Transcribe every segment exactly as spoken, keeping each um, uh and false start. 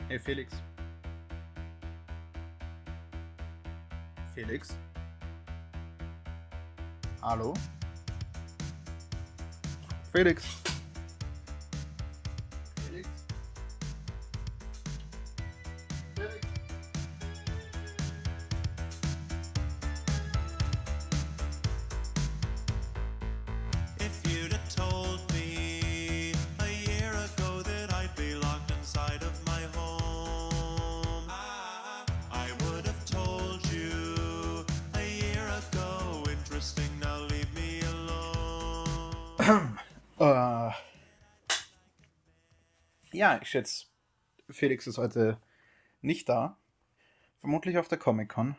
Hey Felix. Felix? Hallo? Felix? Felix? Felix? If you'd have told me a year ago that I'd be locked inside of my home, I would have told you a year ago. Interesting, now leave me alone. Äh, ja, ich schätze, Felix ist heute nicht da. Vermutlich auf der Comic-Con.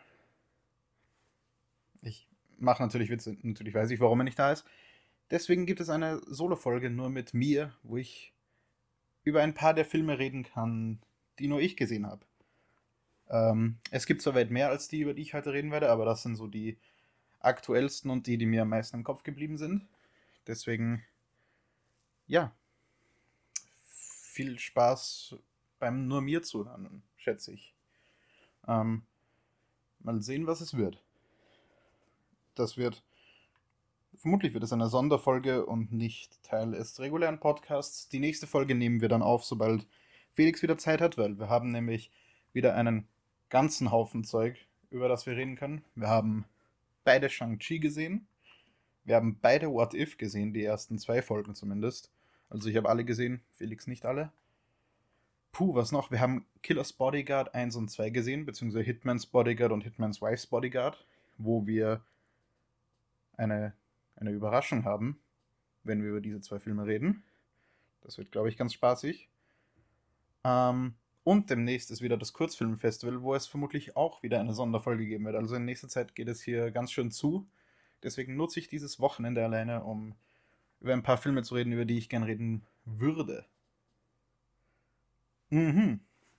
Ich mache natürlich Witze, natürlich weiß ich, warum er nicht da ist. Deswegen gibt es eine Solo-Folge nur mit mir, wo ich über ein paar der Filme reden kann, die nur ich gesehen habe. Ähm, es gibt zwar weit mehr als die, über die ich heute reden werde, aber das sind so die aktuellsten und die, die mir am meisten im Kopf geblieben sind. Deswegen, ja, viel Spaß beim nur mir zuhören, schätze ich. Ähm, mal sehen, was es wird. Das wird, vermutlich wird es eine Sonderfolge und nicht Teil des regulären Podcasts. Die nächste Folge nehmen wir dann auf, sobald Felix wieder Zeit hat, weil wir haben nämlich wieder einen ganzen Haufen Zeug, über das wir reden können. Wir haben beide Shang-Chi gesehen. Wir haben beide What If gesehen, die ersten zwei Folgen zumindest. Also ich habe alle gesehen, Felix nicht alle. Puh, was noch? Wir haben Killers Bodyguard eins und zwei gesehen, beziehungsweise Hitman's Bodyguard und Hitman's Wife's Bodyguard, wo wir eine, eine Überraschung haben, wenn wir über diese zwei Filme reden. Das wird, glaube ich, ganz spaßig. Ähm, und demnächst ist wieder das Kurzfilmfestival, wo es vermutlich auch wieder eine Sonderfolge geben wird. Also in nächster Zeit geht es hier ganz schön zu. Deswegen nutze ich dieses Wochenende alleine, um über ein paar Filme zu reden, über die ich gern reden würde. Mhm.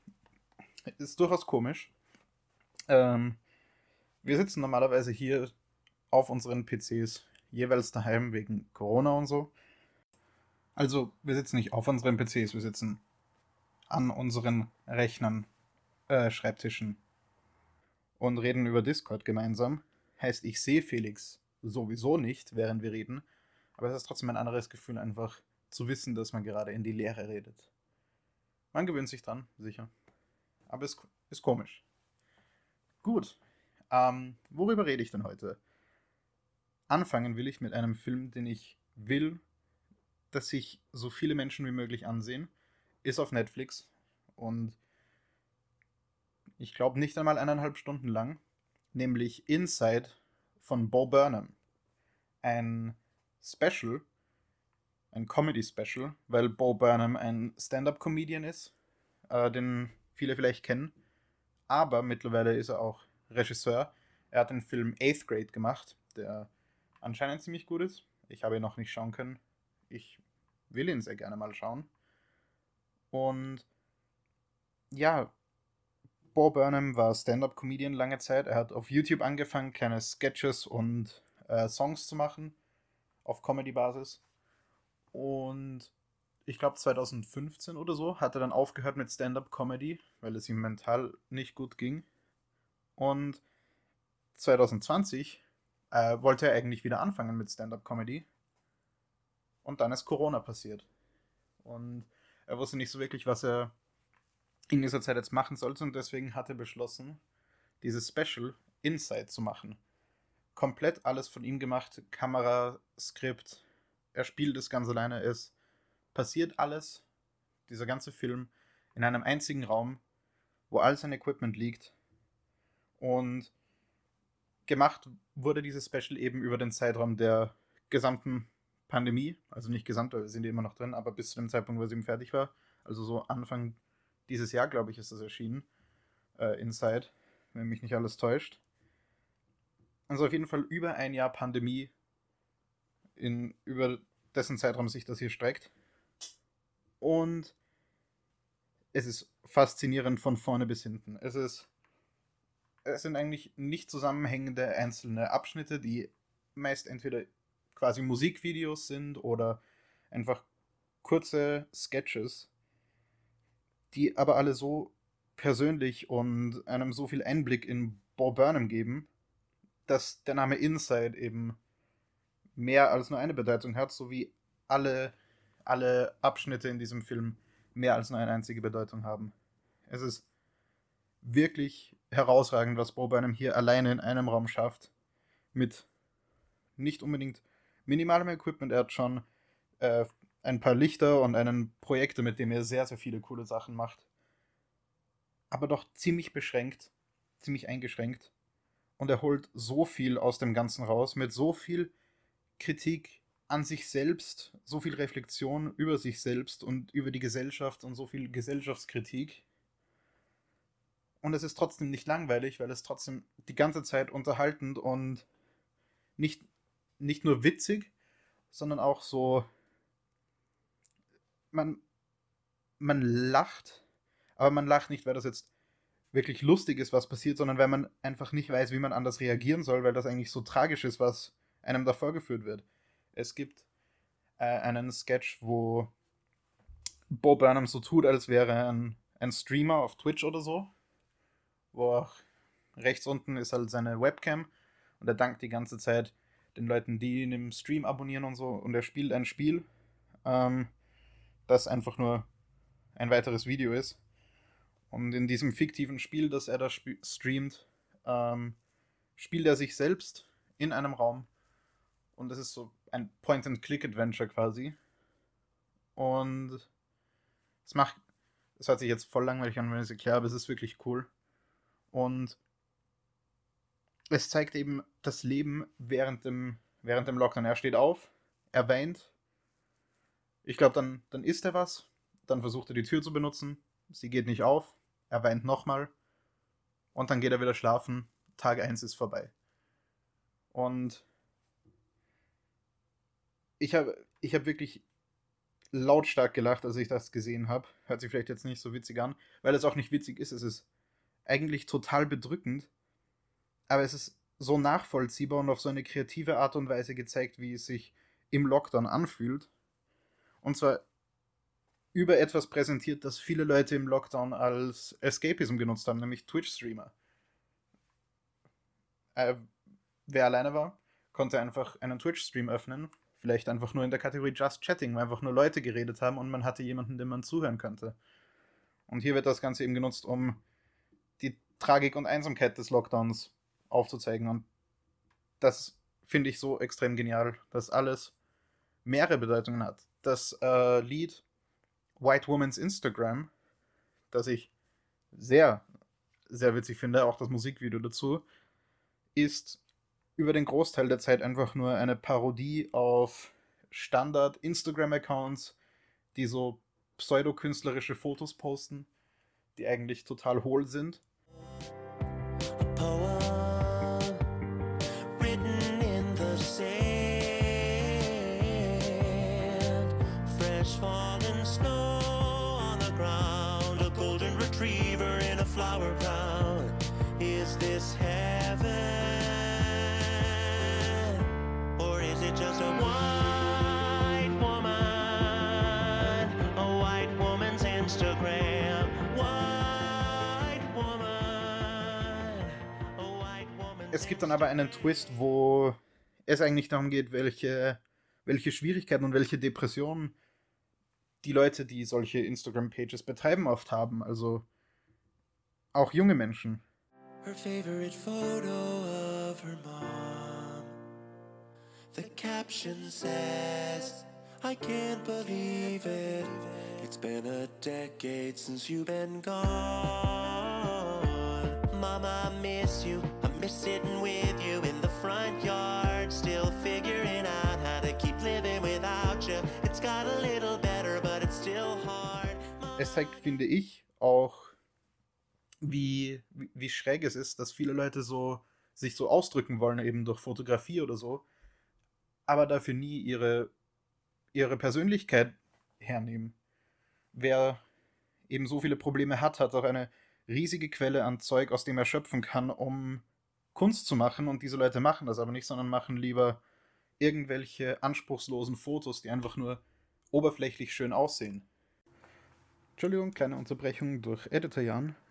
Ist durchaus komisch. Ähm, wir sitzen normalerweise hier auf unseren P Cs, jeweils daheim wegen Corona und so. Also, wir sitzen nicht auf unseren P Cs, wir sitzen an unseren Rechnern, äh, Schreibtischen und reden über Discord gemeinsam. Heißt, ich sehe Felix sowieso nicht, während wir reden, aber es ist trotzdem ein anderes Gefühl, einfach zu wissen, dass man gerade in die Leere redet. Man gewöhnt sich dran, sicher. Aber es ist komisch. Gut. Ähm, worüber rede ich denn heute? Anfangen will ich mit einem Film, den ich will, dass sich so viele Menschen wie möglich ansehen. Ist auf Netflix und ich glaube nicht einmal eineinhalb Stunden lang. Nämlich Inside von Bo Burnham. Ein Special, ein Comedy-Special, weil Bo Burnham ein Stand-Up-Comedian ist, äh, den viele vielleicht kennen. Aber mittlerweile ist er auch Regisseur. Er hat den Film Eighth Grade gemacht, der anscheinend ziemlich gut ist. Ich habe ihn noch nicht schauen können. Ich will ihn sehr gerne mal schauen. Und ja, Bo Burnham war Stand-Up-Comedian lange Zeit. Er hat auf YouTube angefangen, kleine Sketches und äh, Songs zu machen. Auf Comedy-Basis. Und ich glaube zwanzig fünfzehn oder so hat er dann aufgehört mit Stand-Up-Comedy, weil es ihm mental nicht gut ging. Und zwanzig zwanzig äh, wollte er eigentlich wieder anfangen mit Stand-Up-Comedy. Und dann ist Corona passiert. Und er wusste nicht so wirklich, was er in dieser Zeit jetzt machen sollte. Und deswegen hat er beschlossen, dieses Special Inside zu machen. Komplett alles von ihm gemacht. Kamera, Skript. Er spielt es ganz alleine. Es passiert alles, dieser ganze Film, in einem einzigen Raum, wo all sein Equipment liegt. Und gemacht wurde dieses Special eben über den Zeitraum der gesamten Pandemie. Also nicht gesamt, weil wir sind immer noch drin, aber bis zu dem Zeitpunkt, wo es eben fertig war. Also so Anfang dieses Jahr, glaube ich, ist das erschienen. Äh, Inside, wenn mich nicht alles täuscht. Also auf jeden Fall über ein Jahr Pandemie, in, über dessen Zeitraum sich das hier streckt. Und es ist faszinierend von vorne bis hinten. Es ist es sind eigentlich nicht zusammenhängende einzelne Abschnitte, die meist entweder quasi Musikvideos sind oder einfach kurze Sketches, die aber alle so persönlich und einem so viel Einblick in Bo Burnham geben, dass der Name Inside eben mehr als nur eine Bedeutung hat, sowie alle, alle Abschnitte in diesem Film mehr als nur eine einzige Bedeutung haben. Es ist wirklich herausragend, was Bo Burnham hier alleine in einem Raum schafft, mit nicht unbedingt minimalem Equipment. Er hat schon äh, ein paar Lichter und einen Projektor, mit dem er sehr, sehr viele coole Sachen macht. Aber doch ziemlich beschränkt, ziemlich eingeschränkt. Und er holt so viel aus dem Ganzen raus, mit so viel Kritik an sich selbst, so viel Reflexion über sich selbst und über die Gesellschaft und so viel Gesellschaftskritik. Und es ist trotzdem nicht langweilig, weil es trotzdem die ganze Zeit unterhaltend und nicht, nicht nur witzig, sondern auch so, man, man lacht, aber man lacht nicht, weil das jetzt wirklich lustig ist, was passiert, sondern weil man einfach nicht weiß, wie man anders reagieren soll, weil das eigentlich so tragisch ist, was einem da vorgeführt wird. Es gibt äh, einen Sketch, wo Bo Burnham so tut, als wäre ein, ein Streamer auf Twitch oder so, wo auch rechts unten ist halt seine Webcam und er dankt die ganze Zeit den Leuten, die ihn im Stream abonnieren und so, und er spielt ein Spiel, ähm, das einfach nur ein weiteres Video ist. Und in diesem fiktiven Spiel, das er da sp- streamt, ähm, spielt er sich selbst in einem Raum. Und das ist so ein Point-and-Click-Adventure quasi. Und es macht, es hört sich jetzt voll langweilig an, wenn ich es erkläre, aber es ist wirklich cool. Und es zeigt eben das Leben während dem, während dem Lockdown. Er steht auf, er weint. Ich glaube, dann, dann isst er was. Dann versucht er die Tür zu benutzen. Sie geht nicht auf. Er weint nochmal. Und dann geht er wieder schlafen. Tag eins ist vorbei. Und ich habe ich hab wirklich lautstark gelacht, als ich das gesehen habe. Hört sich vielleicht jetzt nicht so witzig an, weil es auch nicht witzig ist. Es ist eigentlich total bedrückend. Aber es ist so nachvollziehbar und auf so eine kreative Art und Weise gezeigt, wie es sich im Lockdown anfühlt. Und zwar über etwas präsentiert, das viele Leute im Lockdown als Escapism genutzt haben, nämlich Twitch-Streamer. Äh, wer alleine war, konnte einfach einen Twitch-Stream öffnen, vielleicht einfach nur in der Kategorie Just Chatting, weil einfach nur Leute geredet haben und man hatte jemanden, dem man zuhören könnte. Und hier wird das Ganze eben genutzt, um die Tragik und Einsamkeit des Lockdowns aufzuzeigen. Und das finde ich so extrem genial, dass alles mehrere Bedeutungen hat. Das äh, Lied White Woman's Instagram, das ich sehr, sehr witzig finde, auch das Musikvideo dazu, ist über den Großteil der Zeit einfach nur eine Parodie auf Standard-Instagram-Accounts, die so pseudokünstlerische Fotos posten, die eigentlich total hohl sind. A poem written in the sand, fresh fallen snow on the ground, a golden retriever in a flower crown. Is this heaven, or is it just a white woman, a white woman's Instagram, white woman, a white woman's Es gibt dann aber einen Twist, wo es eigentlich darum geht, welche, welche Schwierigkeiten und welche Depressionen die Leute, die solche Instagram-Pages betreiben, oft haben. Also auch junge Menschen. Her favorite photo of her mom. The caption says, I can't believe it. It's been a decade since you've been gone. Mama, I miss you. I miss sitting with you in the front yard, still figuring out how to keep living without you. It's got a little better, but it's still hard. Es zeigt, finde ich, auch wie, wie, wie schräg es ist, dass viele Leute so sich so ausdrücken wollen, eben durch Fotografie oder so, aber dafür nie ihre, ihre Persönlichkeit hernehmen. Wer eben so viele Probleme hat, hat auch eine riesige Quelle an Zeug, aus dem er schöpfen kann, um Kunst zu machen, und diese Leute machen das aber nicht, sondern machen lieber irgendwelche anspruchslosen Fotos, die einfach nur oberflächlich schön aussehen. Entschuldigung, kleine Unterbrechung durch Editor Jan.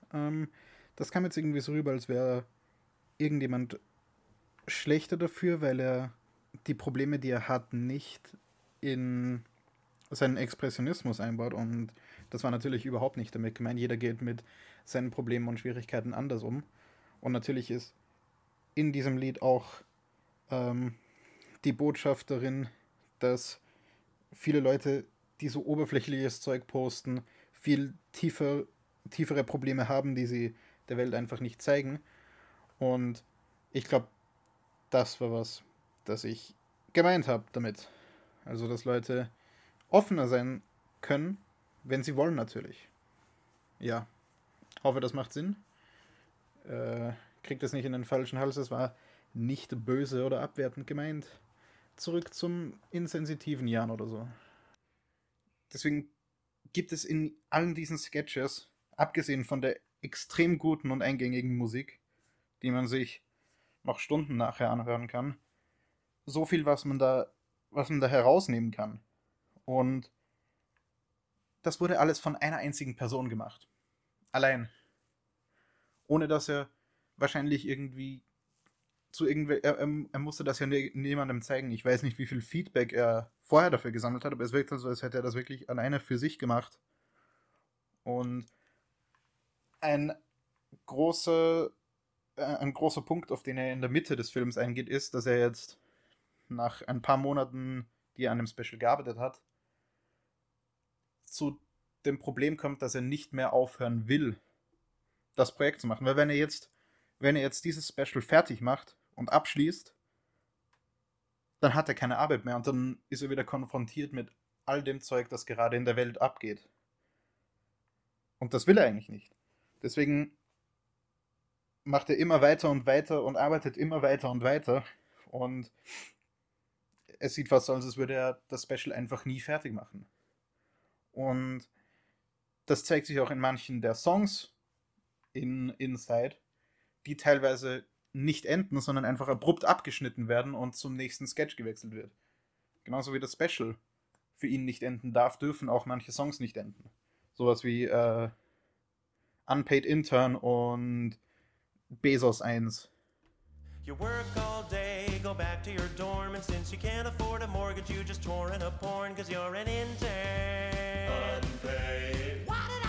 Ähm, das kam jetzt irgendwie so rüber, als wäre irgendjemand schlechter dafür, weil er die Probleme, die er hat, nicht in seinen Expressionismus einbaut. Und das war natürlich überhaupt nicht damit gemeint. Jeder geht mit seinen Problemen und Schwierigkeiten anders um. Und natürlich ist in diesem Lied auch ähm, die Botschaft darin, dass viele Leute, die so oberflächliches Zeug posten, viel tiefer, tiefere Probleme haben, die sie der Welt einfach nicht zeigen. Und ich glaube, das war was, das ich gemeint habe damit. Also, dass Leute offener sein können, wenn sie wollen natürlich. Ja, hoffe, das macht Sinn. Äh, kriegt das nicht in den falschen Hals, es war nicht böse oder abwertend gemeint. Zurück zum insensitiven Jan oder so. Deswegen gibt es in allen diesen Sketches, abgesehen von der extrem guten und eingängigen Musik, die man sich noch Stunden nachher anhören kann, so viel, was man da, was man da herausnehmen kann. Und das wurde alles von einer einzigen Person gemacht. Allein. Ohne dass er wahrscheinlich irgendwie zu irgendwer. Er, er musste das ja niemandem zeigen. Ich weiß nicht, wie viel Feedback er vorher dafür gesammelt hat, aber es wirkt so, als hätte er das wirklich alleine für sich gemacht. Und ein großer, äh, ein großer Punkt, auf den er in der Mitte des Films eingeht, ist, dass er jetzt nach ein paar Monaten, die er an dem Special gearbeitet hat, zu dem Problem kommt, dass er nicht mehr aufhören will, das Projekt zu machen. Weil wenn er jetzt, wenn er jetzt dieses Special fertig macht und abschließt, dann hat er keine Arbeit mehr und dann ist er wieder konfrontiert mit all dem Zeug, das gerade in der Welt abgeht. Und das will er eigentlich nicht. Deswegen macht er immer weiter und weiter und arbeitet immer weiter und weiter. Und es sieht fast so aus, als würde er das Special einfach nie fertig machen. Und das zeigt sich auch in manchen der Songs in Inside, die teilweise nicht enden, sondern einfach abrupt abgeschnitten werden und zum nächsten Sketch gewechselt wird. Genauso wie das Special für ihn nicht enden darf, dürfen auch manche Songs nicht enden. Sowas wie äh, Unpaid Intern und Bezos eins. You work all day, go back to your dorm, and since you can't afford a mortgage, you just tore in a porn, cause you're an intern. Unpaid.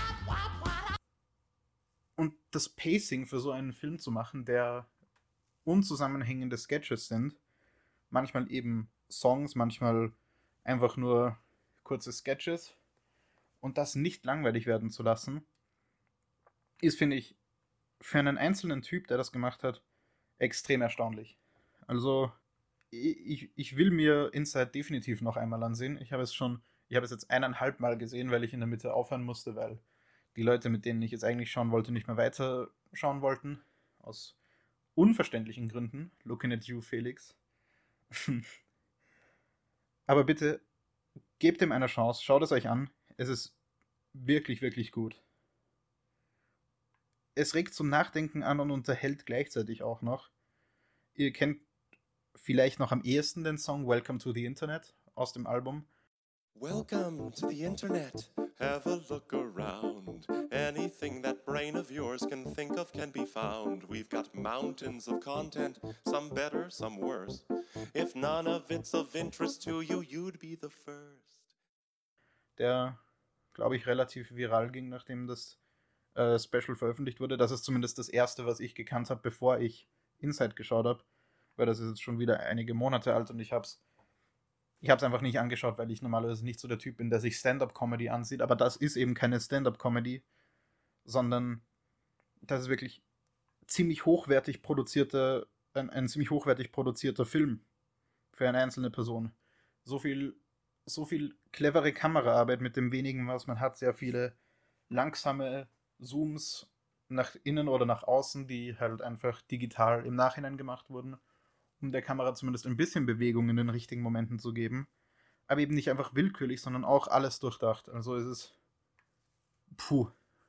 Und das Pacing für so einen Film zu machen, der unzusammenhängende Sketches sind, manchmal eben Songs, manchmal einfach nur kurze Sketches, und das nicht langweilig werden zu lassen, ist, finde ich, für einen einzelnen Typ, der das gemacht hat, extrem erstaunlich. Also, ich, ich will mir Inside definitiv noch einmal ansehen. Ich habe es schon, ich habe es jetzt eineinhalb Mal gesehen, weil ich in der Mitte aufhören musste, weil die Leute, mit denen ich jetzt eigentlich schauen wollte, nicht mehr weiter schauen wollten. Aus unverständlichen Gründen. Looking at you, Felix. Aber bitte, gebt ihm eine Chance, schaut es euch an. Es ist wirklich, wirklich gut. Es regt zum Nachdenken an und unterhält gleichzeitig auch noch. Ihr kennt vielleicht noch am ehesten den Song Welcome to the Internet aus dem Album. Welcome to the internet. Have a look around. Anything that brain of yours can think of can be found. We've got mountains of content, some better, some worse. If none of it's of interest to you, you'd be the first. Der, glaube ich, relativ viral ging, nachdem das äh, Special veröffentlicht wurde. Das ist zumindest das erste, was ich gekannt habe, bevor ich Inside geschaut habe. Weil das ist jetzt schon wieder einige Monate alt und ich habe es Ich habe es einfach nicht angeschaut, weil ich normalerweise nicht so der Typ bin, der sich Stand-Up-Comedy ansieht. Aber das ist eben keine Stand-Up-Comedy, sondern das ist wirklich ziemlich hochwertig produzierter, ein, ein ziemlich hochwertig produzierter Film für eine einzelne Person. So viel, so viel clevere Kameraarbeit mit dem wenigen, was man hat. Sehr viele langsame Zooms nach innen oder nach außen, die halt einfach digital im Nachhinein gemacht wurden, um der Kamera zumindest ein bisschen Bewegung in den richtigen Momenten zu geben. Aber eben nicht einfach willkürlich, sondern auch alles durchdacht. Also es ist puh.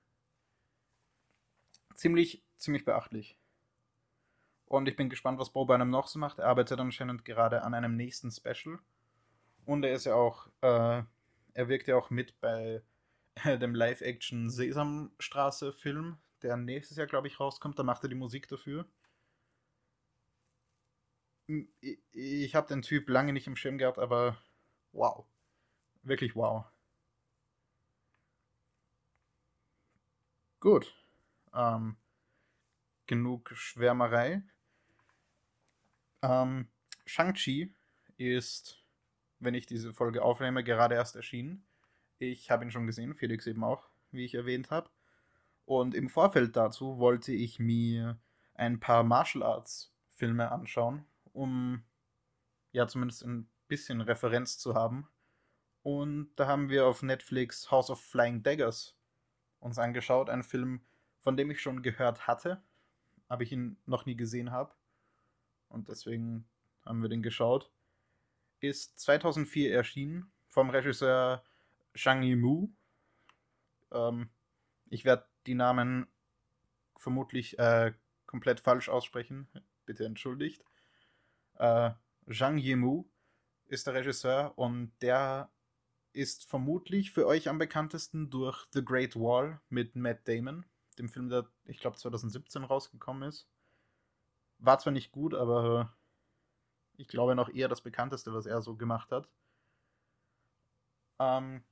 Ziemlich, ziemlich beachtlich. Und ich bin gespannt, was Bo Burnham noch so macht. Er arbeitet anscheinend gerade an einem nächsten Special. Und er ist ja auch, äh, er wirkt ja auch mit bei äh, dem Live-Action Sesamstraße-Film, der nächstes Jahr, glaube ich, rauskommt. Da macht er die Musik dafür. Ich, ich habe den Typ lange nicht im Schirm gehabt, aber wow. Wirklich wow. Gut. Ähm, genug Schwärmerei. Ähm, Shang-Chi ist, wenn ich diese Folge aufnehme, gerade erst erschienen. Ich habe ihn schon gesehen, Felix eben auch, wie ich erwähnt habe. Und im Vorfeld dazu wollte ich mir ein paar Martial Arts Filme anschauen, um ja zumindest ein bisschen Referenz zu haben. Und da haben wir auf Netflix House of Flying Daggers uns angeschaut. Ein Film, von dem ich schon gehört hatte, aber ich ihn noch nie gesehen habe. Und deswegen haben wir den geschaut. Ist zweitausendvier erschienen vom Regisseur Zhang Yimou. Ähm, ich werde die Namen vermutlich äh, komplett falsch aussprechen. Bitte entschuldigt. Äh, Zhang Yimou ist der Regisseur und der ist vermutlich für euch am bekanntesten durch The Great Wall mit Matt Damon, dem Film, der, ich glaube, zweitausendsiebzehn rausgekommen ist. War zwar nicht gut, aber ich glaube noch eher das bekannteste, was er so gemacht hat. Ähm,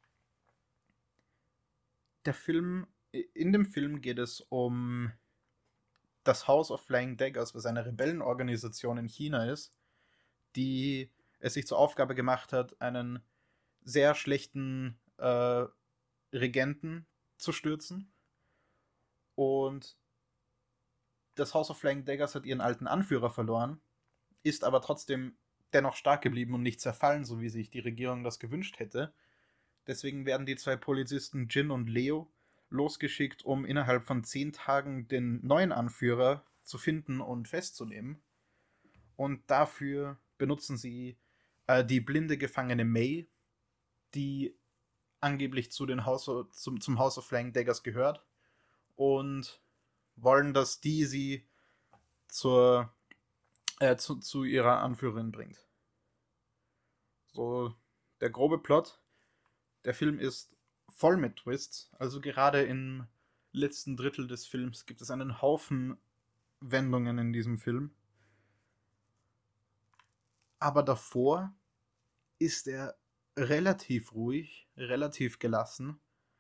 der Film, in dem Film geht es um das House of Flying Daggers, was eine Rebellenorganisation in China ist, die es sich zur Aufgabe gemacht hat, einen sehr schlechten äh, Regenten zu stürzen. Und das House of Flying Daggers hat ihren alten Anführer verloren, ist aber trotzdem dennoch stark geblieben und nicht zerfallen, so wie sich die Regierung das gewünscht hätte. Deswegen werden die zwei Polizisten Jin und Leo losgeschickt, um innerhalb von zehn Tagen den neuen Anführer zu finden und festzunehmen. Und dafür benutzen sie äh, die blinde Gefangene Mei, die angeblich zu den House of, zum, zum House of Flying Daggers gehört, und wollen, dass die sie zur, äh, zu, zu ihrer Anführerin bringt. So der grobe Plot. Der Film ist voll mit Twists. Also gerade im letzten Drittel des Films gibt es einen Haufen Wendungen in diesem Film. Aber davor ist er relativ ruhig, relativ gelassen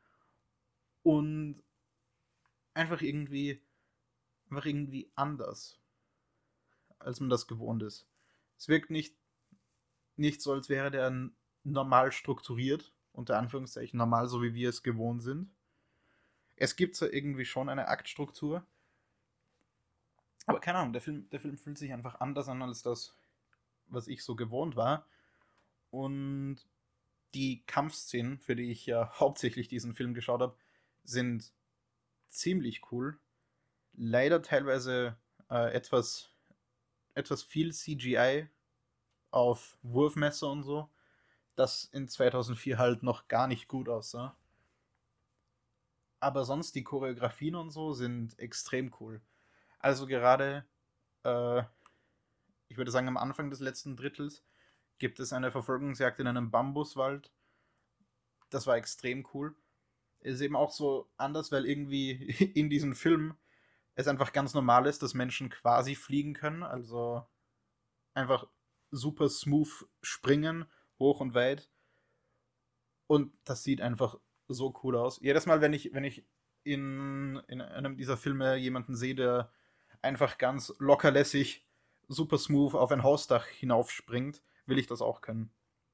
und einfach irgendwie, einfach irgendwie anders, als man das gewohnt ist. Es wirkt nicht, nicht so, als wäre der normal strukturiert, unter Anführungszeichen normal, so wie wir es gewohnt sind. Es gibt zwar irgendwie schon eine Aktstruktur, aber keine Ahnung, der Film, der Film fühlt sich einfach anders an als das, was ich so gewohnt war. Und die Kampfszenen, für die ich ja hauptsächlich diesen Film geschaut habe, sind ziemlich cool. Leider teilweise äh, etwas, etwas viel C G I auf Wurfmesser und so, das in zweitausendvier halt noch gar nicht gut aussah. Aber sonst die Choreografien und so sind extrem cool. Also gerade, äh, ich würde sagen, am Anfang des letzten Drittels gibt es eine Verfolgungsjagd in einem Bambuswald. Das war extrem cool. Ist eben auch so anders, weil irgendwie in diesem Film es einfach ganz normal ist, dass Menschen quasi fliegen können. Also einfach super smooth springen, hoch und weit. Und das sieht einfach so cool aus. Jedes Mal, wenn ich, wenn ich in, in einem dieser Filme jemanden sehe, der einfach ganz lockerlässig, super smooth auf ein Hausdach hinaufspringt, will ich das auch können.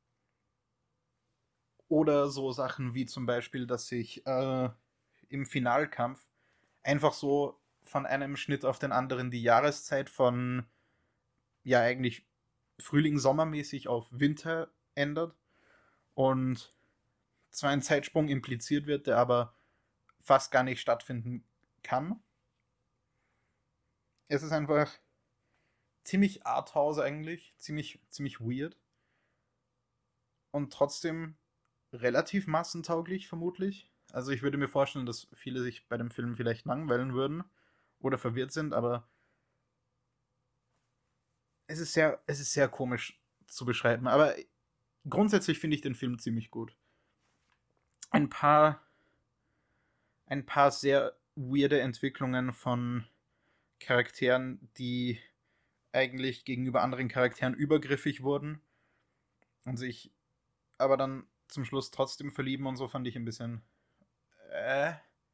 Oder so Sachen wie zum Beispiel, dass ich äh, im Finalkampf einfach so von einem Schnitt auf den anderen die Jahreszeit von, ja, eigentlich Frühling-Sommermäßig auf Winter ändert und zwar ein Zeitsprung impliziert wird, der aber fast gar nicht stattfinden kann. Es ist einfach ziemlich Arthouse eigentlich, ziemlich, ziemlich weird und trotzdem relativ massentauglich vermutlich. Also ich würde mir vorstellen, dass viele sich bei dem Film vielleicht langweilen würden oder verwirrt sind, aber es ist sehr, es ist sehr komisch zu beschreiben. Aber grundsätzlich finde ich den Film ziemlich gut. Ein paar, ein paar sehr weirde Entwicklungen von Charakteren, die eigentlich gegenüber anderen Charakteren übergriffig wurden und sich aber dann zum Schluss trotzdem verlieben und so, fand ich ein bisschen äh,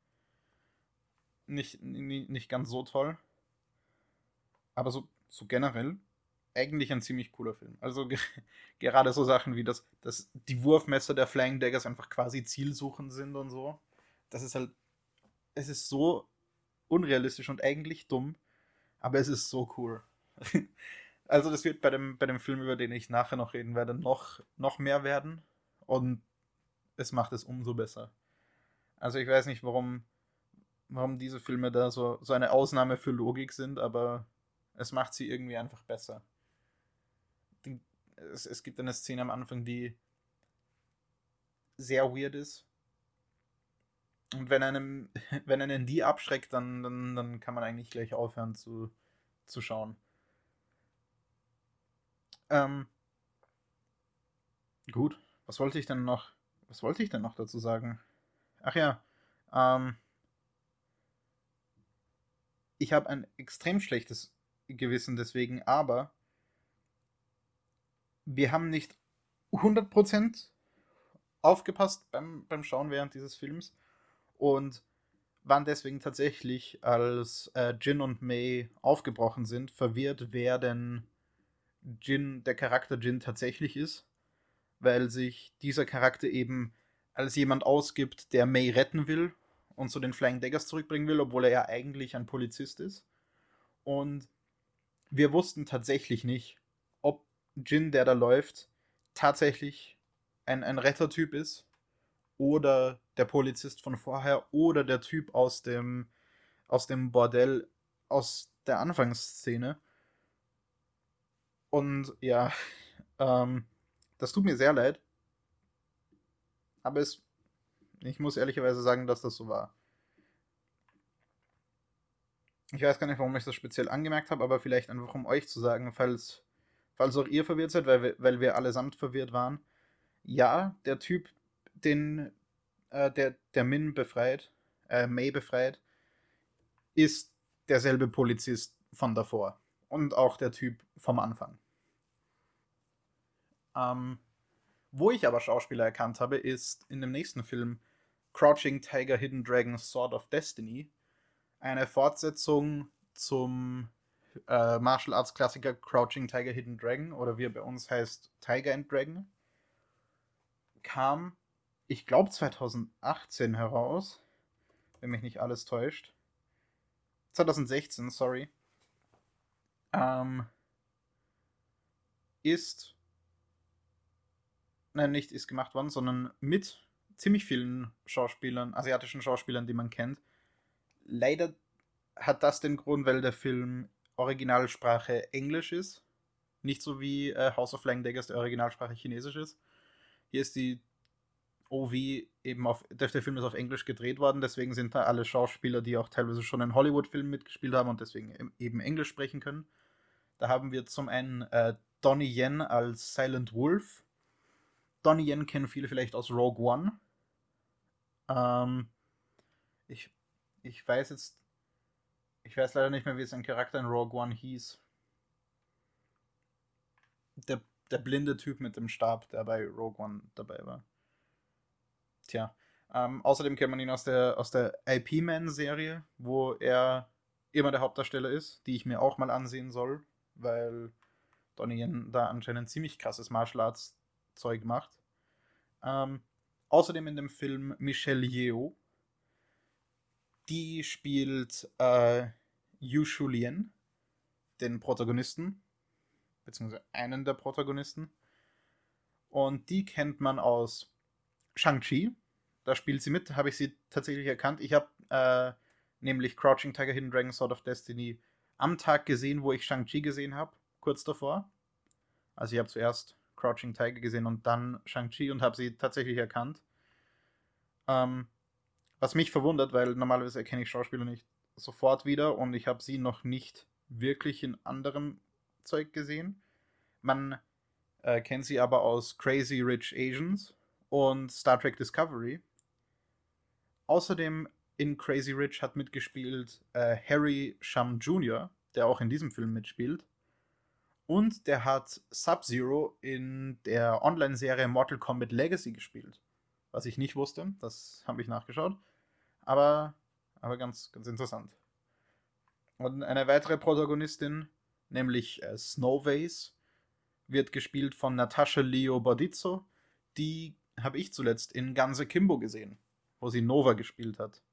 nicht, nicht, nicht ganz so toll. Aber so, so generell eigentlich ein ziemlich cooler Film. Also ge gerade so Sachen wie das, dass die Wurfmesser der Flying Daggers einfach quasi Zielsuchen sind und so. Das ist halt, es ist so unrealistisch und eigentlich dumm, aber es ist so cool. Also das wird bei dem, bei dem Film, über den ich nachher noch reden werde, noch, noch mehr werden. Und es macht es umso besser. Also ich weiß nicht, warum, warum diese Filme da so, so eine Ausnahme für Logik sind, aber es macht sie irgendwie einfach besser. Die, es, es gibt eine Szene am Anfang, die sehr weird ist. Und wenn einem, wenn einen die abschreckt, dann, dann, dann kann man eigentlich gleich aufhören zu, zu schauen. Ähm, gut, was wollte ich denn noch? Was wollte ich denn noch dazu sagen? Ach ja, ähm, ich habe ein extrem schlechtes Gewissen deswegen, aber wir haben nicht hundert Prozent aufgepasst beim, beim Schauen während dieses Films und waren deswegen tatsächlich, als äh, Jin und Mei aufgebrochen sind, verwirrt, wer denn Jin, der Charakter Jin tatsächlich ist, weil sich dieser Charakter eben als jemand ausgibt, der Mei retten will und zu den Flying Daggers zurückbringen will, obwohl er ja eigentlich ein Polizist ist. Und wir wussten tatsächlich nicht, ob Jin, der da läuft, tatsächlich ein, ein Rettertyp ist oder der Polizist von vorher oder der Typ aus dem, aus dem Bordell aus der Anfangsszene. Und ja, ähm, das tut mir sehr leid, aber es, ich muss ehrlicherweise sagen, dass das so war. Ich weiß gar nicht, warum ich das speziell angemerkt habe, aber vielleicht einfach um euch zu sagen, falls, falls auch ihr verwirrt seid, weil wir, weil wir allesamt verwirrt waren. Ja, der Typ, den äh, der, der Min befreit, äh, Mei befreit, ist derselbe Polizist von davor. Und auch der Typ vom Anfang. Ähm, wo ich aber Schauspieler erkannt habe, ist in dem nächsten Film Crouching Tiger, Hidden Dragon, Sword of Destiny. Eine Fortsetzung zum äh, Martial Arts Klassiker Crouching Tiger, Hidden Dragon, oder wie er bei uns heißt, Tiger and Dragon. Kam, ich glaube, zwanzig achtzehn heraus, wenn mich nicht alles täuscht. zwanzig sechzehn, sorry. Ähm, ist, nein, nicht ist gemacht worden, sondern mit ziemlich vielen Schauspielern, asiatischen Schauspielern, die man kennt. Leider hat das den Grund, weil der Film Originalsprache Englisch ist. Nicht so wie äh, House of Flying Daggers, der Originalsprache Chinesisch ist. Hier ist die O V eben auf, der Film ist auf Englisch gedreht worden, deswegen sind da alle Schauspieler, die auch teilweise schon in Hollywood-Filmen mitgespielt haben und deswegen eben Englisch sprechen können. Da haben wir zum einen äh, Donnie Yen als Silent Wolf. Donnie Yen kennen viele vielleicht aus Rogue One. Ähm, ich, ich weiß jetzt, ich weiß leider nicht mehr, wie sein Charakter in Rogue One hieß. Der, der blinde Typ mit dem Stab, der bei Rogue One dabei war. Tja. Ähm, außerdem kennt man ihn aus der, aus der I P-Man-Serie, wo er immer der Hauptdarsteller ist, die ich mir auch mal ansehen soll, weil Donnie Yen da anscheinend ziemlich krasses Martial Arts Zeug macht. Ähm, außerdem in dem Film Michelle Yeoh. Die spielt äh, Yu Shulien, den Protagonisten, beziehungsweise einen der Protagonisten. Und die kennt man aus Shang-Chi. Da spielt sie mit, habe ich sie tatsächlich erkannt. Ich habe äh, nämlich Crouching Tiger, Hidden Dragon, Sword of Destiny am Tag gesehen, wo ich Shang-Chi gesehen habe, kurz davor. Also ich habe zuerst Crouching Tiger gesehen und dann Shang-Chi und habe sie tatsächlich erkannt. Ähm, was mich verwundert, weil normalerweise erkenne ich Schauspieler nicht sofort wieder und ich habe sie noch nicht wirklich in anderem Zeug gesehen. Man äh, kennt sie aber aus Crazy Rich Asians und Star Trek Discovery. Außerdem in Crazy Rich hat mitgespielt äh, Harry Shum Junior, der auch in diesem Film mitspielt. Und der hat Sub-Zero in der Online-Serie Mortal Kombat Legacy gespielt. Was ich nicht wusste, das habe ich nachgeschaut. Aber, aber ganz, ganz interessant. Und eine weitere Protagonistin, nämlich äh, Snowface, wird gespielt von Natascha Leo Bordizzo. Die habe ich zuletzt in Guns Akimbo gesehen, wo sie Nova gespielt hat.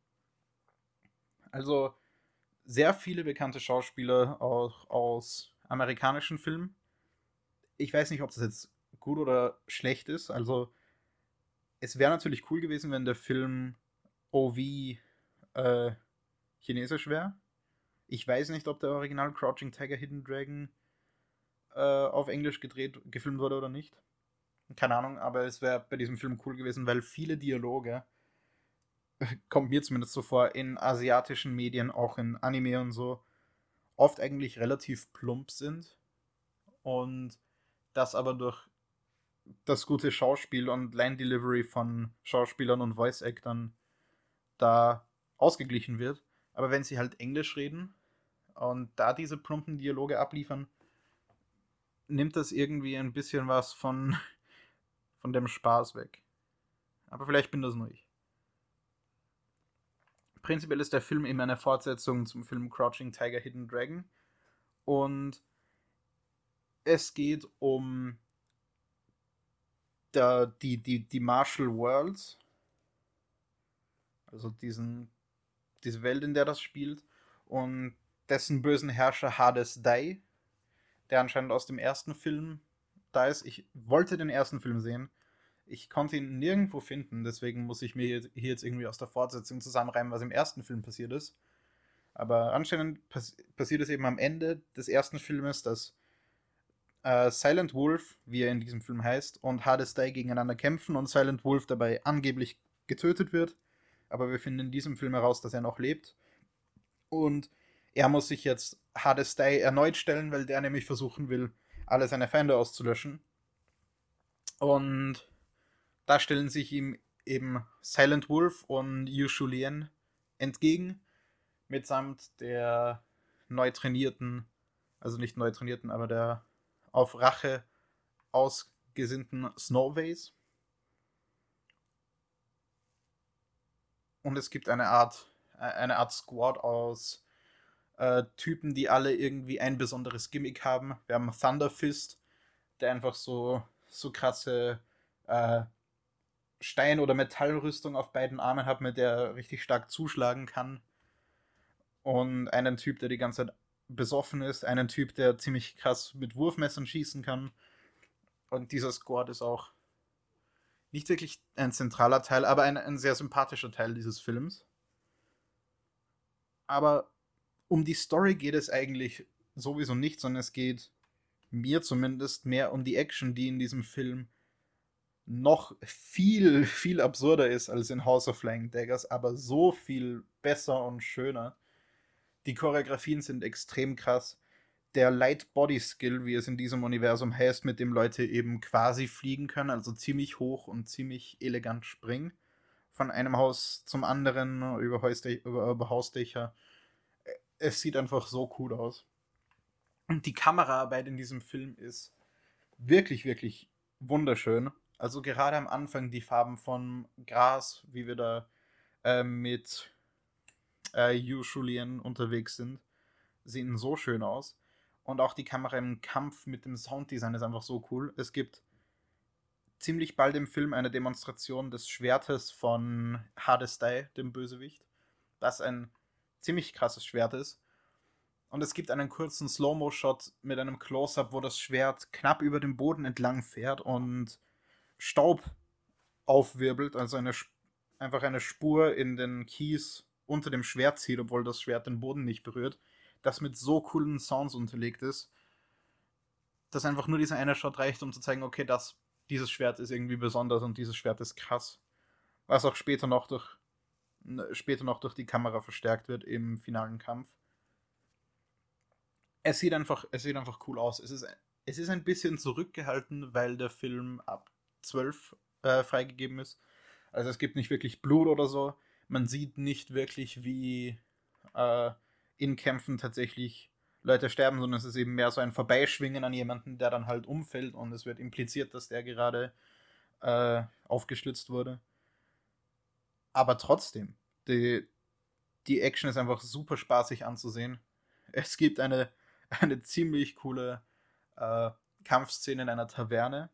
Also sehr viele bekannte Schauspieler auch aus amerikanischen Filmen. Ich weiß nicht, ob das jetzt gut oder schlecht ist. Also es wäre natürlich cool gewesen, wenn der Film O V äh, chinesisch wäre. Ich weiß nicht, ob der Original Crouching Tiger, Hidden Dragon äh, auf Englisch gedreht, gefilmt wurde oder nicht. Keine Ahnung, aber es wäre bei diesem Film cool gewesen, weil viele Dialoge, kommt mir zumindest so vor, in asiatischen Medien, auch in Anime und so, oft eigentlich relativ plump sind. Und das aber durch das gute Schauspiel und Line Delivery von Schauspielern und Voice-Actern da ausgeglichen wird. Aber wenn sie halt Englisch reden und da diese plumpen Dialoge abliefern, nimmt das irgendwie ein bisschen was von, von dem Spaß weg. Aber vielleicht bin das nur ich. Prinzipiell ist der Film eben eine Fortsetzung zum Film Crouching Tiger, Hidden Dragon. Und es geht um der, die, die, die Martial Worlds. Also diesen, diese Welt, in der das spielt. Und dessen bösen Herrscher Hades Dai, der anscheinend aus dem ersten Film da ist. Ich wollte den ersten Film sehen. Ich konnte ihn nirgendwo finden, deswegen muss ich mir hier jetzt irgendwie aus der Fortsetzung zusammenreimen, was im ersten Film passiert ist. Aber anscheinend pass- passiert es eben am Ende des ersten Filmes, dass äh, Silent Wolf, wie er in diesem Film heißt, und Hades Dai gegeneinander kämpfen und Silent Wolf dabei angeblich getötet wird. Aber wir finden in diesem Film heraus, dass er noch lebt. Und er muss sich jetzt Hades Dai erneut stellen, weil der nämlich versuchen will, alle seine Feinde auszulöschen. Und da stellen sich ihm eben Silent Wolf und Yu Shulien entgegen, mitsamt der neu trainierten, also nicht neu trainierten, aber der auf Rache ausgesinnten Snowface. Und es gibt eine Art, eine Art Squad aus äh, Typen, die alle irgendwie ein besonderes Gimmick haben. Wir haben Thunder Fist, der einfach so, so krasse äh, Stein- oder Metallrüstung auf beiden Armen hat, mit der er richtig stark zuschlagen kann. Und einen Typ, der die ganze Zeit besoffen ist. Einen Typ, der ziemlich krass mit Wurfmessern schießen kann. Und dieser Squad ist auch nicht wirklich ein zentraler Teil, aber ein, ein sehr sympathischer Teil dieses Films. Aber um die Story geht es eigentlich sowieso nicht, sondern es geht mir zumindest mehr um die Action, die in diesem Film noch viel, viel absurder ist als in House of Flying Daggers, aber so viel besser und schöner. Die Choreografien sind extrem krass. Der Light Body Skill, wie es in diesem Universum heißt, mit dem Leute eben quasi fliegen können, also ziemlich hoch und ziemlich elegant springen. Von einem Haus zum anderen, über, Hausdä- über, über Hausdächer. Es sieht einfach so cool aus. Und die Kameraarbeit in diesem Film ist wirklich, wirklich wunderschön. Also gerade am Anfang die Farben von Gras, wie wir da äh, mit äh, Yu Shulien unterwegs sind, sehen so schön aus. Und auch die Kamera im Kampf mit dem Sounddesign ist einfach so cool. Es gibt ziemlich bald im Film eine Demonstration des Schwertes von Hades Dai, dem Bösewicht, das ein ziemlich krasses Schwert ist. Und es gibt einen kurzen Slow-Mo-Shot mit einem Close-Up, wo das Schwert knapp über dem Boden entlang fährt und Staub aufwirbelt, also eine, einfach eine Spur in den Kies unter dem Schwert zieht, obwohl das Schwert den Boden nicht berührt, das mit so coolen Sounds unterlegt ist, dass einfach nur dieser eine Shot reicht, um zu zeigen, okay, das, dieses Schwert ist irgendwie besonders und dieses Schwert ist krass. Was auch später noch durch, später noch durch die Kamera verstärkt wird im finalen Kampf. Es sieht einfach, es sieht einfach cool aus. Es ist, es ist ein bisschen zurückgehalten, weil der Film ab zwölf äh, freigegeben ist. Also es gibt nicht wirklich Blut oder so. Man sieht nicht wirklich, wie äh, in Kämpfen tatsächlich Leute sterben, sondern es ist eben mehr so ein Vorbeischwingen an jemanden, der dann halt umfällt und es wird impliziert, dass der gerade äh, aufgeschlitzt wurde. Aber trotzdem, die, die Action ist einfach super spaßig anzusehen. Es gibt eine, eine ziemlich coole äh, Kampfszene in einer Taverne,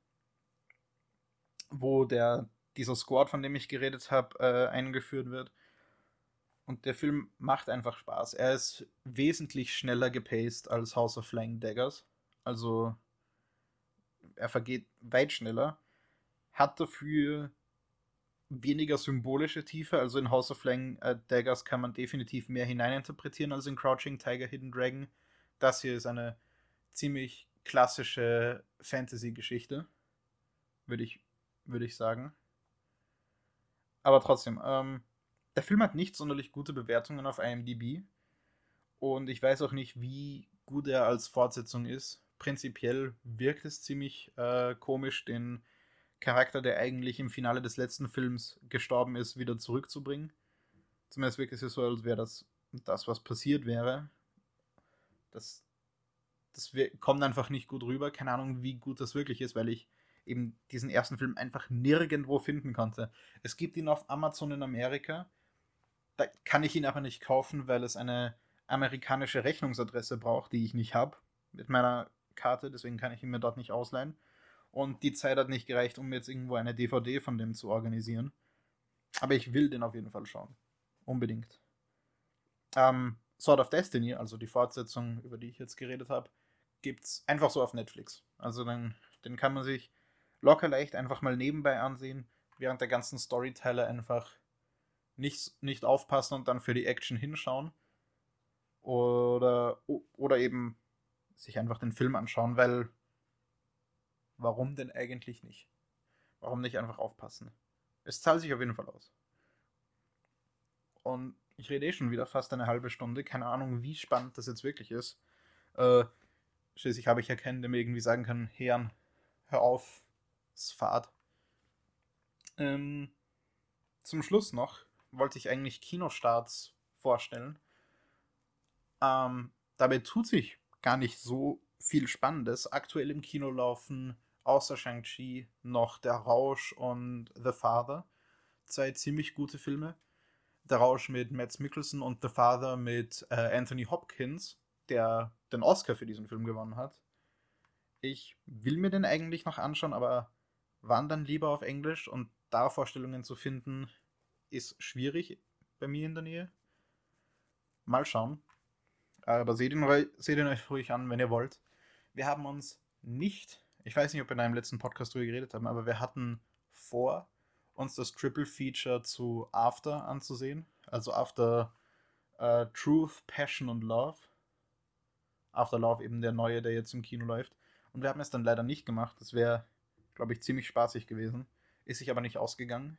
wo der, dieser Squad, von dem ich geredet habe, äh, eingeführt wird. Und der Film macht einfach Spaß. Er ist wesentlich schneller gepaced als House of Flying Daggers. Also er vergeht weit schneller. Hat dafür weniger symbolische Tiefe. Also in House of Flying äh, Daggers kann man definitiv mehr hineininterpretieren als in Crouching Tiger, Hidden Dragon. Das hier ist eine ziemlich klassische Fantasy-Geschichte, würde ich, würd ich sagen. Aber trotzdem, ähm, der Film hat nicht sonderlich gute Bewertungen auf IMDb. Und ich weiß auch nicht, wie gut er als Fortsetzung ist. Prinzipiell wirkt es ziemlich äh, komisch, den Charakter, der eigentlich im Finale des letzten Films gestorben ist, wieder zurückzubringen. Zumindest wirkt es ja so, als wäre das das, was passiert wäre. Das, das kommt einfach nicht gut rüber. Keine Ahnung, wie gut das wirklich ist, weil ich eben diesen ersten Film einfach nirgendwo finden konnte. Es gibt ihn auf Amazon in Amerika. Da kann ich ihn aber nicht kaufen, weil es eine amerikanische Rechnungsadresse braucht, die ich nicht habe mit meiner Karte. Deswegen kann ich ihn mir dort nicht ausleihen. Und die Zeit hat nicht gereicht, um jetzt irgendwo eine D V D von dem zu organisieren. Aber ich will den auf jeden Fall schauen. Unbedingt. Ähm, Sword of Destiny, also die Fortsetzung, über die ich jetzt geredet habe, gibt's einfach so auf Netflix. Also dann, den kann man sich locker leicht einfach mal nebenbei ansehen, während der ganzen Storyteile einfach nicht, nicht aufpassen und dann für die Action hinschauen. Oder, oder eben sich einfach den Film anschauen, weil warum denn eigentlich nicht? Warum nicht einfach aufpassen? Es zahlt sich auf jeden Fall aus. Und ich rede eh schon wieder fast eine halbe Stunde. Keine Ahnung, wie spannend das jetzt wirklich ist. Äh, schließlich habe ich ja keinen, der mir irgendwie sagen kann, Herrn, hör auf, es fahrt. Ähm, zum Schluss noch wollte ich eigentlich Kinostarts vorstellen. Ähm, dabei tut sich gar nicht so viel Spannendes. Aktuell im Kino laufen außer Shang-Chi noch Der Rausch und The Father. Zwei ziemlich gute Filme. Der Rausch mit Mads Mikkelsen und The Father mit äh, Anthony Hopkins, der den Oscar für diesen Film gewonnen hat. Ich will mir den eigentlich noch anschauen, aber wann dann lieber auf Englisch, und da Vorstellungen zu finden, ist schwierig bei mir in der Nähe. Mal schauen. Aber seht ihn, seht ihn euch ruhig an, wenn ihr wollt. Wir haben uns nicht, ich weiß nicht, ob wir in einem letzten Podcast drüber geredet haben, aber wir hatten vor, uns das Triple Feature zu After anzusehen. Also After uh, Truth, Passion und Love. After Love eben der neue, der jetzt im Kino läuft. Und wir haben es dann leider nicht gemacht. Das wäre, glaube ich, ziemlich spaßig gewesen. Ist sich aber nicht ausgegangen.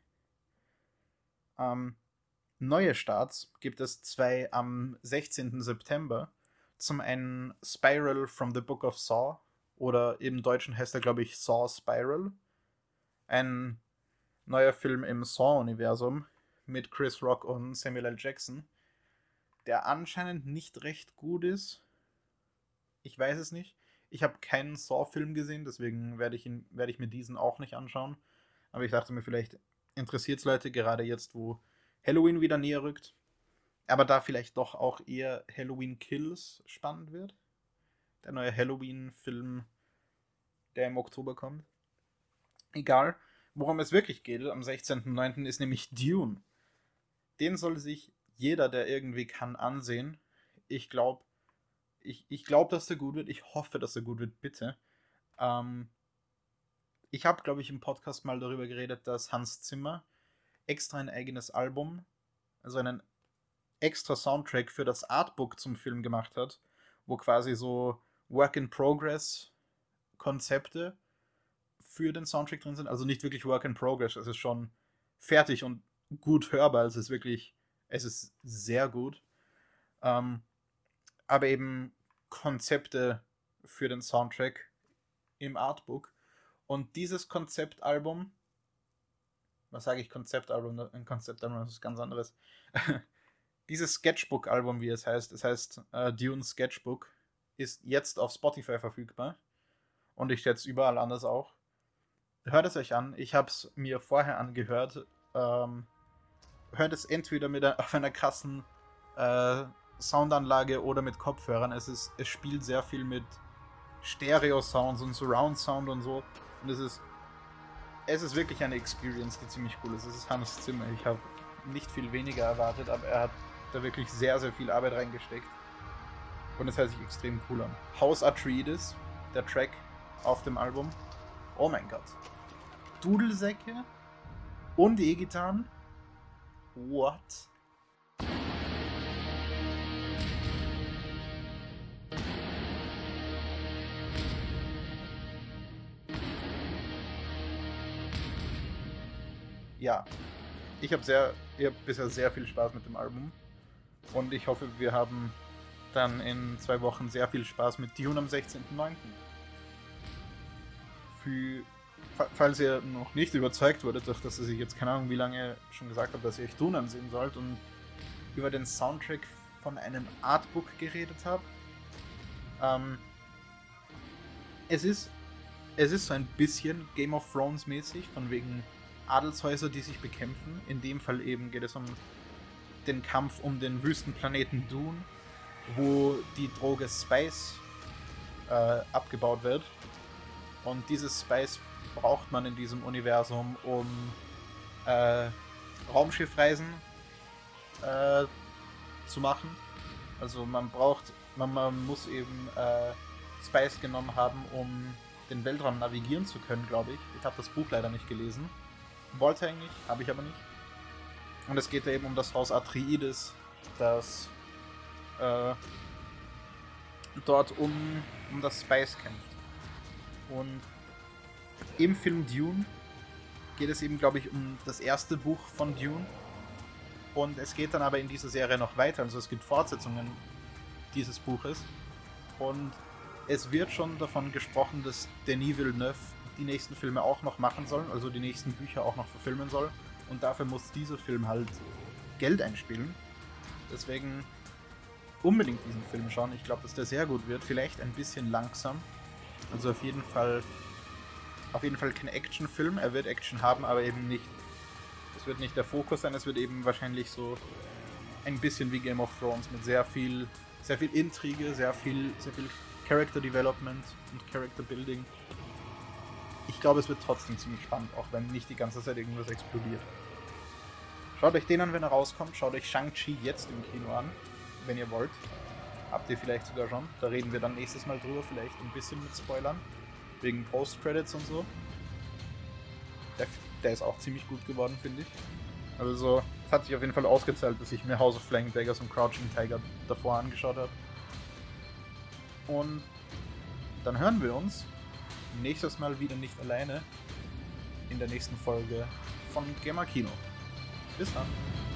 Ähm, neue Starts gibt es zwei am sechzehnten September. Zum einen Spiral from the Book of Saw. Oder im Deutschen heißt er, glaube ich, Saw Spiral. Ein neuer Film im Saw-Universum mit Chris Rock und Samuel L. Jackson, der anscheinend nicht recht gut ist. Ich weiß es nicht. Ich habe keinen Saw-Film gesehen, deswegen werde ich, ihn, werde ich mir diesen auch nicht anschauen. Aber ich dachte mir, vielleicht interessiert es Leute, gerade jetzt, wo Halloween wieder näher rückt. Aber da vielleicht doch auch eher Halloween Kills spannend wird. Der neue Halloween-Film, der im Oktober kommt. Egal. Worum es wirklich geht, am sechzehnten neunten ist nämlich Dune. Den soll sich jeder, der irgendwie kann, ansehen. Ich glaube, ich, ich glaube, dass der gut wird. Ich hoffe, dass er gut wird, bitte. Ähm, ich habe, glaube ich, im Podcast mal darüber geredet, dass Hans Zimmer extra ein eigenes Album, also einen extra Soundtrack für das Artbook zum Film gemacht hat, wo quasi so Work-in-Progress-Konzepte für den Soundtrack drin sind. Also nicht wirklich Work in Progress. Es ist schon fertig und gut hörbar. Es ist wirklich, es ist sehr gut. Ähm, aber eben Konzepte für den Soundtrack im Artbook. Und dieses Konzeptalbum was sage ich, Konzeptalbum, ein Konzeptalbum, das ist ganz anderes. Dieses Sketchbook-Album, wie es heißt, es heißt äh, Dune Sketchbook, ist jetzt auf Spotify verfügbar und ich schätze überall anders auch. Hört es euch an, ich habe es mir vorher angehört, ähm, hört es entweder mit a- auf einer krassen äh, Soundanlage oder mit Kopfhörern. Es, ist, es spielt sehr viel mit Stereo-Sounds und Surround-Sound und so. Und es ist, es ist wirklich eine Experience, die ziemlich cool ist. Es ist Hans Zimmer. Ich habe nicht viel weniger erwartet, aber er hat da wirklich sehr, sehr viel Arbeit reingesteckt. Und es hört sich extrem cool an. House Atreides, der Track auf dem Album. Oh mein Gott. Dudelsäcke und E-Gitarren. What? Ja, ich habe sehr, ich habe bisher sehr viel Spaß mit dem Album und ich hoffe, wir haben dann in zwei Wochen sehr viel Spaß mit Dune am sechzehnten neunten Für, fa- falls ihr noch nicht überzeugt wurdet, durch dass ich jetzt keine Ahnung wie lange schon gesagt habe, dass ihr euch Dune ansehen sollt und über den Soundtrack von einem Artbook geredet habe. Ähm, es ist es ist so ein bisschen Game of Thrones mäßig, von wegen Adelshäuser, die sich bekämpfen. In dem Fall eben geht es um den Kampf um den Wüstenplaneten Dune, wo die Droge Spice äh, abgebaut wird. Und dieses Spice braucht man in diesem Universum, um äh, Raumschiffreisen äh, zu machen. Also man braucht, man, man muss eben äh, Spice genommen haben, um den Weltraum navigieren zu können, glaube ich. Ich habe das Buch leider nicht gelesen. Wollte eigentlich, habe ich aber nicht. Und es geht ja eben um das Haus Atreides, das äh, dort um, um das Spice kämpft. Und im Film Dune geht es eben, glaube ich, um das erste Buch von Dune. Und es geht dann aber in dieser Serie noch weiter. Also es gibt Fortsetzungen dieses Buches. Und es wird schon davon gesprochen, dass Denis Villeneuve die nächsten Filme auch noch machen soll, also die nächsten Bücher auch noch verfilmen soll. Und dafür muss dieser Film halt Geld einspielen. Deswegen unbedingt diesen Film schauen. Ich glaube, dass der sehr gut wird. Vielleicht ein bisschen langsam. Also auf jeden Fall auf jeden Fall kein Actionfilm. Er wird Action haben, aber eben nicht. Es wird nicht der Fokus sein. Es wird eben wahrscheinlich so ein bisschen wie Game of Thrones mit sehr viel, sehr viel Intrige, sehr viel, sehr viel Character Development und Character Building. Ich glaube, es wird trotzdem ziemlich spannend, auch wenn nicht die ganze Zeit irgendwas explodiert. Schaut euch den an, wenn er rauskommt. Schaut euch Shang-Chi jetzt im Kino an, wenn ihr wollt. Habt ihr vielleicht sogar schon. Da reden wir dann nächstes Mal drüber, vielleicht ein bisschen mit Spoilern. Wegen Post-Credits und so. Der, der ist auch ziemlich gut geworden, finde ich. Also, es hat sich auf jeden Fall ausgezahlt, dass ich mir House of Flying Daggers und Crouching Tiger davor angeschaut habe. Und dann hören wir uns nächstes Mal wieder nicht alleine in der nächsten Folge von Gamer Kino. Bis dann.